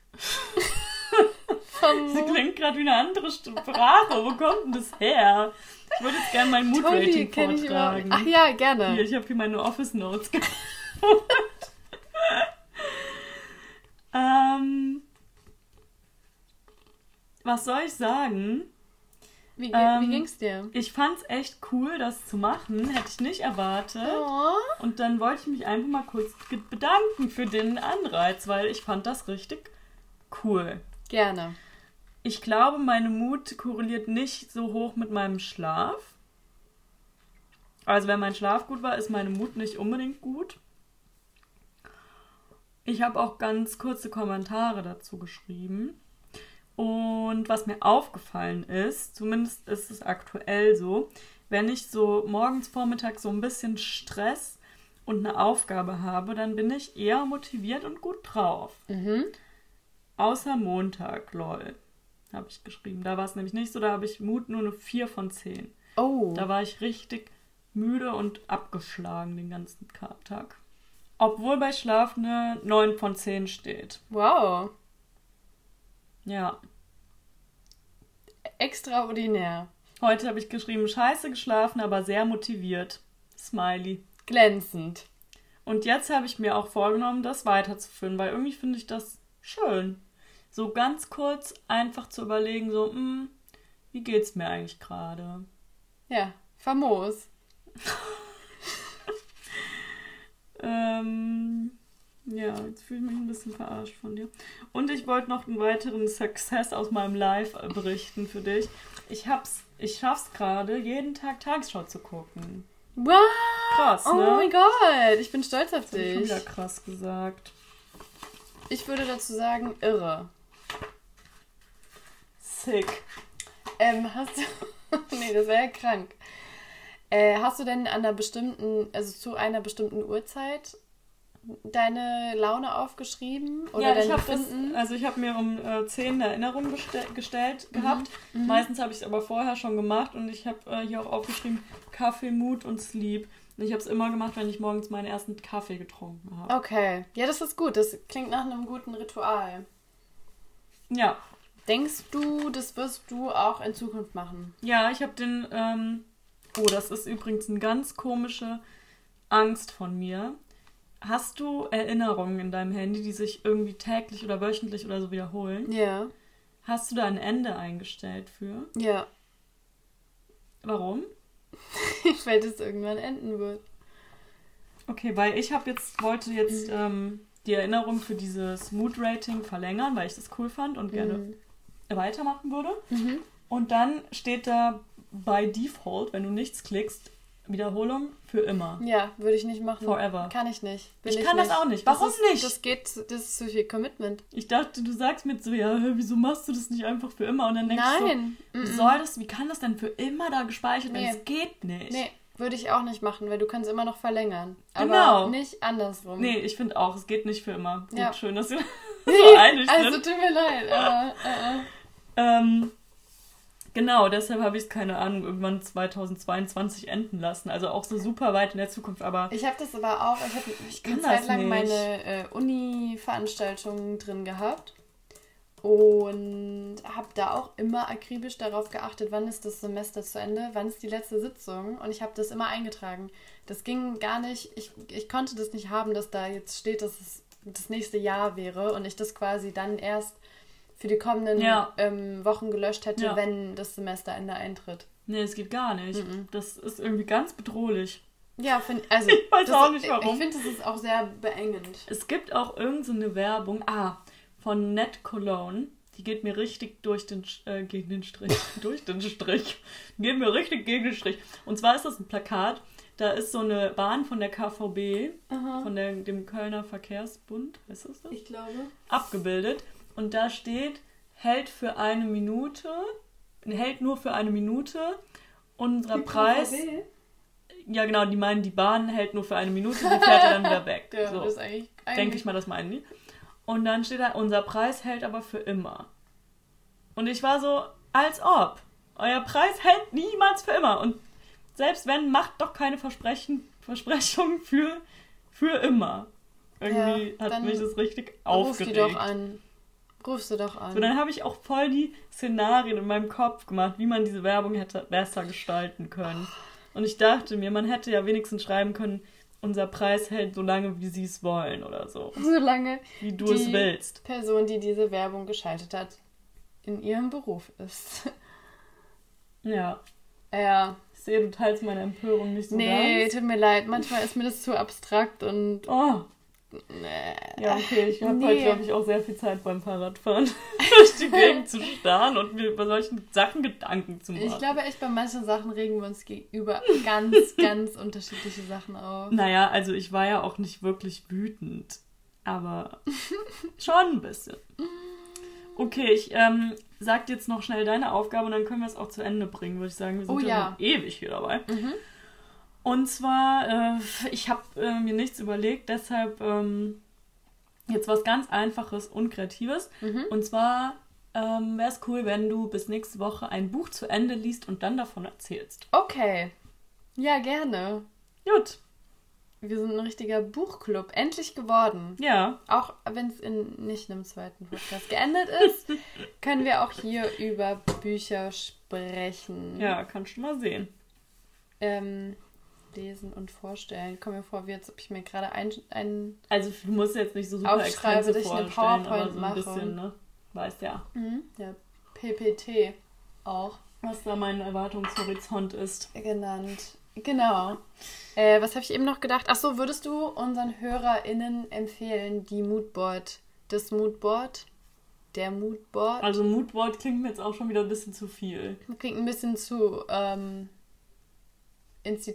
Das klingt gerade wie eine andere Sprache. Wo kommt denn das her? Ich würde jetzt gerne mein Mood-Rating
Tulli kenne ich überhaupt
vortragen.
nicht. Ach ja, gerne.
Hier, ich habe hier meine Office-Notes geholt. ähm, was soll ich sagen?
Wie, ge-
Ähm,
wie ging's dir?
Ich fand's echt cool, das zu machen. Hätte ich nicht erwartet.
Oh.
Und dann wollte ich mich einfach mal kurz ge- bedanken für den Anreiz, weil ich fand das richtig cool.
Gerne.
Ich glaube, meine Mut korreliert nicht so hoch mit meinem Schlaf. Also wenn mein Schlaf gut war, ist meine Mut nicht unbedingt gut. Ich habe auch ganz kurze Kommentare dazu geschrieben. Und was mir aufgefallen ist, zumindest ist es aktuell so, wenn ich so morgens, vormittags so ein bisschen Stress und eine Aufgabe habe, dann bin ich eher motiviert und gut drauf.
Mhm.
Außer Montag, lol, habe ich geschrieben. Da war es nämlich nicht so, da habe ich Mut nur eine vier von zehn.
Oh.
Da war ich richtig müde und abgeschlagen den ganzen Tag. Obwohl bei Schlaf eine neun von zehn steht.
Wow.
Ja.
Extraordinär.
Heute habe ich geschrieben, scheiße geschlafen, aber sehr motiviert. Smiley.
Glänzend.
Und jetzt habe ich mir auch vorgenommen, das weiterzuführen, weil irgendwie finde ich das schön. So ganz kurz einfach zu überlegen, so, mh, wie geht's mir eigentlich gerade?
Ja, famos.
Ähm, ja, jetzt fühle ich mich ein bisschen verarscht von dir. Und ich wollte noch einen weiteren Success aus meinem Live berichten für dich. Ich hab's, ich schaff's gerade, jeden Tag Tagesschau zu gucken.
Wow.
Krass,
Oh
ne?
mein Gott, ich bin stolz auf
Das hab ich schon
dich.
wieder krass gesagt.
Ich würde dazu sagen, irre.
Sick.
Ähm, hast du... nee, das wäre ja krank. Äh, hast du denn an einer bestimmten, also zu einer bestimmten Uhrzeit deine Laune aufgeschrieben? Oder
ja,
dein
ich habe das,
Befinden?
also ich habe mir um äh, zehn eine Erinnerung bestell, gestellt
Mhm.
gehabt.
Mhm.
Meistens habe ich es aber vorher schon gemacht und ich habe äh, hier auch aufgeschrieben Kaffee, Mood und Sleep. Und ich habe es immer gemacht, wenn ich morgens meinen ersten Kaffee getrunken habe.
Okay. Ja, das ist gut. Das klingt nach einem guten Ritual.
Ja,
Denkst du, das wirst du auch in Zukunft machen?
ja, ich habe den, ähm, oh, das ist übrigens eine ganz komische Angst von mir. Hast du Erinnerungen in deinem Handy, die sich irgendwie täglich oder wöchentlich oder so wiederholen?
Ja.
Hast du da ein Ende eingestellt für?
Ja.
Warum?
Weil das irgendwann enden wird.
Okay, weil ich habe jetzt, wollte jetzt ähm, die Erinnerung für dieses Mood-Rating verlängern, weil ich das cool fand und gerne
Mhm.
weitermachen würde.
Mhm.
Und dann steht da by Default, wenn du nichts klickst, Wiederholung für immer.
Ja, würde ich nicht machen.
Forever.
Kann ich nicht. Will
Ich kann das auch nicht. Warum
das ist,
nicht?
Das geht, das ist zu viel Commitment.
Ich dachte, du sagst mir so, ja, hä, wieso machst du das nicht einfach für immer? Und dann denkst
Nein.
du so,
Mhm.
soll das, wie kann das denn für immer da gespeichert werden?
Nee.
Das geht nicht.
Nee, würde ich auch nicht machen, weil du kannst immer noch verlängern. Aber
Genau.
nicht andersrum.
Nee, ich finde auch, es geht nicht für immer.
Ja.
Gut, schön, dass wir so einig sind.
Also tut mir leid, aber äh, äh.
Ähm, genau, deshalb habe ich es, keine Ahnung, irgendwann zweitausendzweiundzwanzig enden lassen. Also auch so super weit in der Zukunft, aber
Ich habe das aber auch, ich habe
Ich kann
eine Zeit
das
lang
nicht.
meine äh, Uni-Veranstaltungen drin gehabt und habe da auch immer akribisch darauf geachtet, wann ist das Semester zu Ende, wann ist die letzte Sitzung und ich habe das immer eingetragen. Das ging gar nicht, ich, ich konnte das nicht haben, dass da jetzt steht, dass es das nächste Jahr wäre und ich das quasi dann erst für die kommenden
Ja.
ähm, Wochen gelöscht hätte,
Ja.
wenn das Semesterende eintritt.
nee, es geht gar nicht.
Mhm.
Das ist irgendwie ganz bedrohlich.
Ja, find, also
Ich weiß
das,
auch nicht, warum.
Ich finde, das ist auch sehr beengend.
Es gibt auch irgend so eine Werbung, ah, von Net Cologne. Die geht mir richtig durch den, Sch- äh, gegen den Strich. durch den Strich. Die geht mir richtig gegen den Strich. Und zwar ist das ein Plakat. Da ist so eine Bahn von der K V B,
Aha.
von der, dem Kölner Verkehrsbund, heißt das das?
Ich glaube.
Abgebildet. Und da steht, hält für eine Minute, hält nur für eine Minute. Unser Preis, ja genau, die meinen, die Bahn hält nur für eine Minute, die fährt ja dann wieder weg.
Ja,
so,
das ist eigentlich, eigentlich
denke ich mal, das meinen die. Und dann steht da, unser Preis hält aber für immer. Und ich war so, als ob. Euer Preis hält niemals für immer. Und selbst wenn, macht doch keine Versprechen, Versprechungen für, für immer. Irgendwie
Ja,
hat
dann
mich das richtig
Ruf
aufgeregt.
die doch an. Ruf sie doch an.
So, dann habe ich auch voll die Szenarien in meinem Kopf gemacht, wie man diese Werbung hätte besser gestalten können. Und ich dachte mir, man hätte ja wenigstens schreiben können, unser Preis hält so lange, wie sie es wollen oder so.
Solange
Wie du
die
es willst.
Person, die diese Werbung geschaltet hat, in ihrem Beruf ist.
Ja.
Ja.
Ich sehe, du teilst meine Empörung nicht so
Nee,
ganz.
tut mir leid. Manchmal ist mir das zu abstrakt und...
Oh,
Nee.
ja, okay. Ich habe
Nee.
heute, glaube ich, auch sehr viel Zeit beim Fahrradfahren durch die Gegend zu starren und mir über solchen Sachen Gedanken zu machen.
Ich glaube echt, bei manchen Sachen regen wir uns gegenüber ganz, ganz unterschiedliche Sachen auf.
Naja, also ich war ja auch nicht wirklich wütend. Aber schon ein bisschen. Okay, ich ähm, sag dir jetzt noch schnell deine Aufgabe und dann können wir es auch zu Ende bringen, würde ich sagen. Wir sind
Oh
ja
ja.
noch ewig hier dabei.
Mhm.
Und zwar, äh, ich habe äh, mir nichts überlegt, deshalb ähm, jetzt was ganz Einfaches und Kreatives.
Mhm.
Und zwar ähm, wäre es cool, wenn du bis nächste Woche ein Buch zu Ende liest und dann davon erzählst.
Okay. Ja, gerne.
Gut,
Wir sind ein richtiger Buchclub. Endlich geworden.
ja.
Auch wenn es in nicht in einem zweiten Podcast geendet ist, können wir auch hier über Bücher sprechen.
Ja, kannst du mal sehen.
Ähm, lesen und vorstellen. Kommt mir vor, wie jetzt, ob ich mir gerade ein, ein
Also du musst jetzt nicht so super
Aufschreibe,
extensive
dass ich eine
vorstellen, aber
PowerPoint
so ein
mache.
bisschen, ne? Weißt ja,
mhm, ja, P P T auch
was da mein Erwartungshorizont ist.
genannt. Genau. Äh, was habe ich eben noch gedacht? Ach so, würdest du unseren HörerInnen empfehlen, die Moodboard, das Moodboard, der Moodboard?
Also Moodboard klingt mir jetzt auch schon wieder ein bisschen zu viel.
Klingt ein bisschen zu ähm,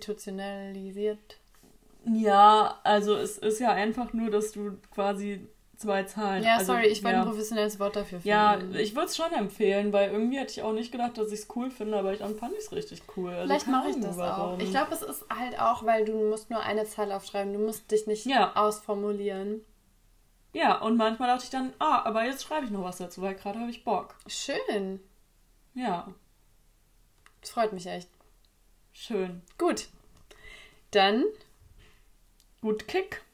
institutionalisiert.
Ja, also es ist ja einfach nur, dass du quasi zwei Zahlen.
Ja,
also,
sorry, ich wollte
ja.
ein professionelles Wort dafür finden.
Ja, ich würde es schon empfehlen, weil irgendwie hätte ich auch nicht gedacht, dass ich es cool finde, aber dann fand ich es richtig cool. Also
Vielleicht mache ich
keine
das
Ahnung,
auch.
warum.
Ich glaube, es ist halt auch, weil du musst nur eine Zahl aufschreiben. Du musst dich nicht
Ja.
ausformulieren.
Ja, und manchmal dachte ich dann, ah, aber jetzt schreibe ich noch was dazu, weil gerade habe ich Bock.
Schön.
Ja,
Das freut mich echt.
schön.
Gut. Dann
Gut Kick.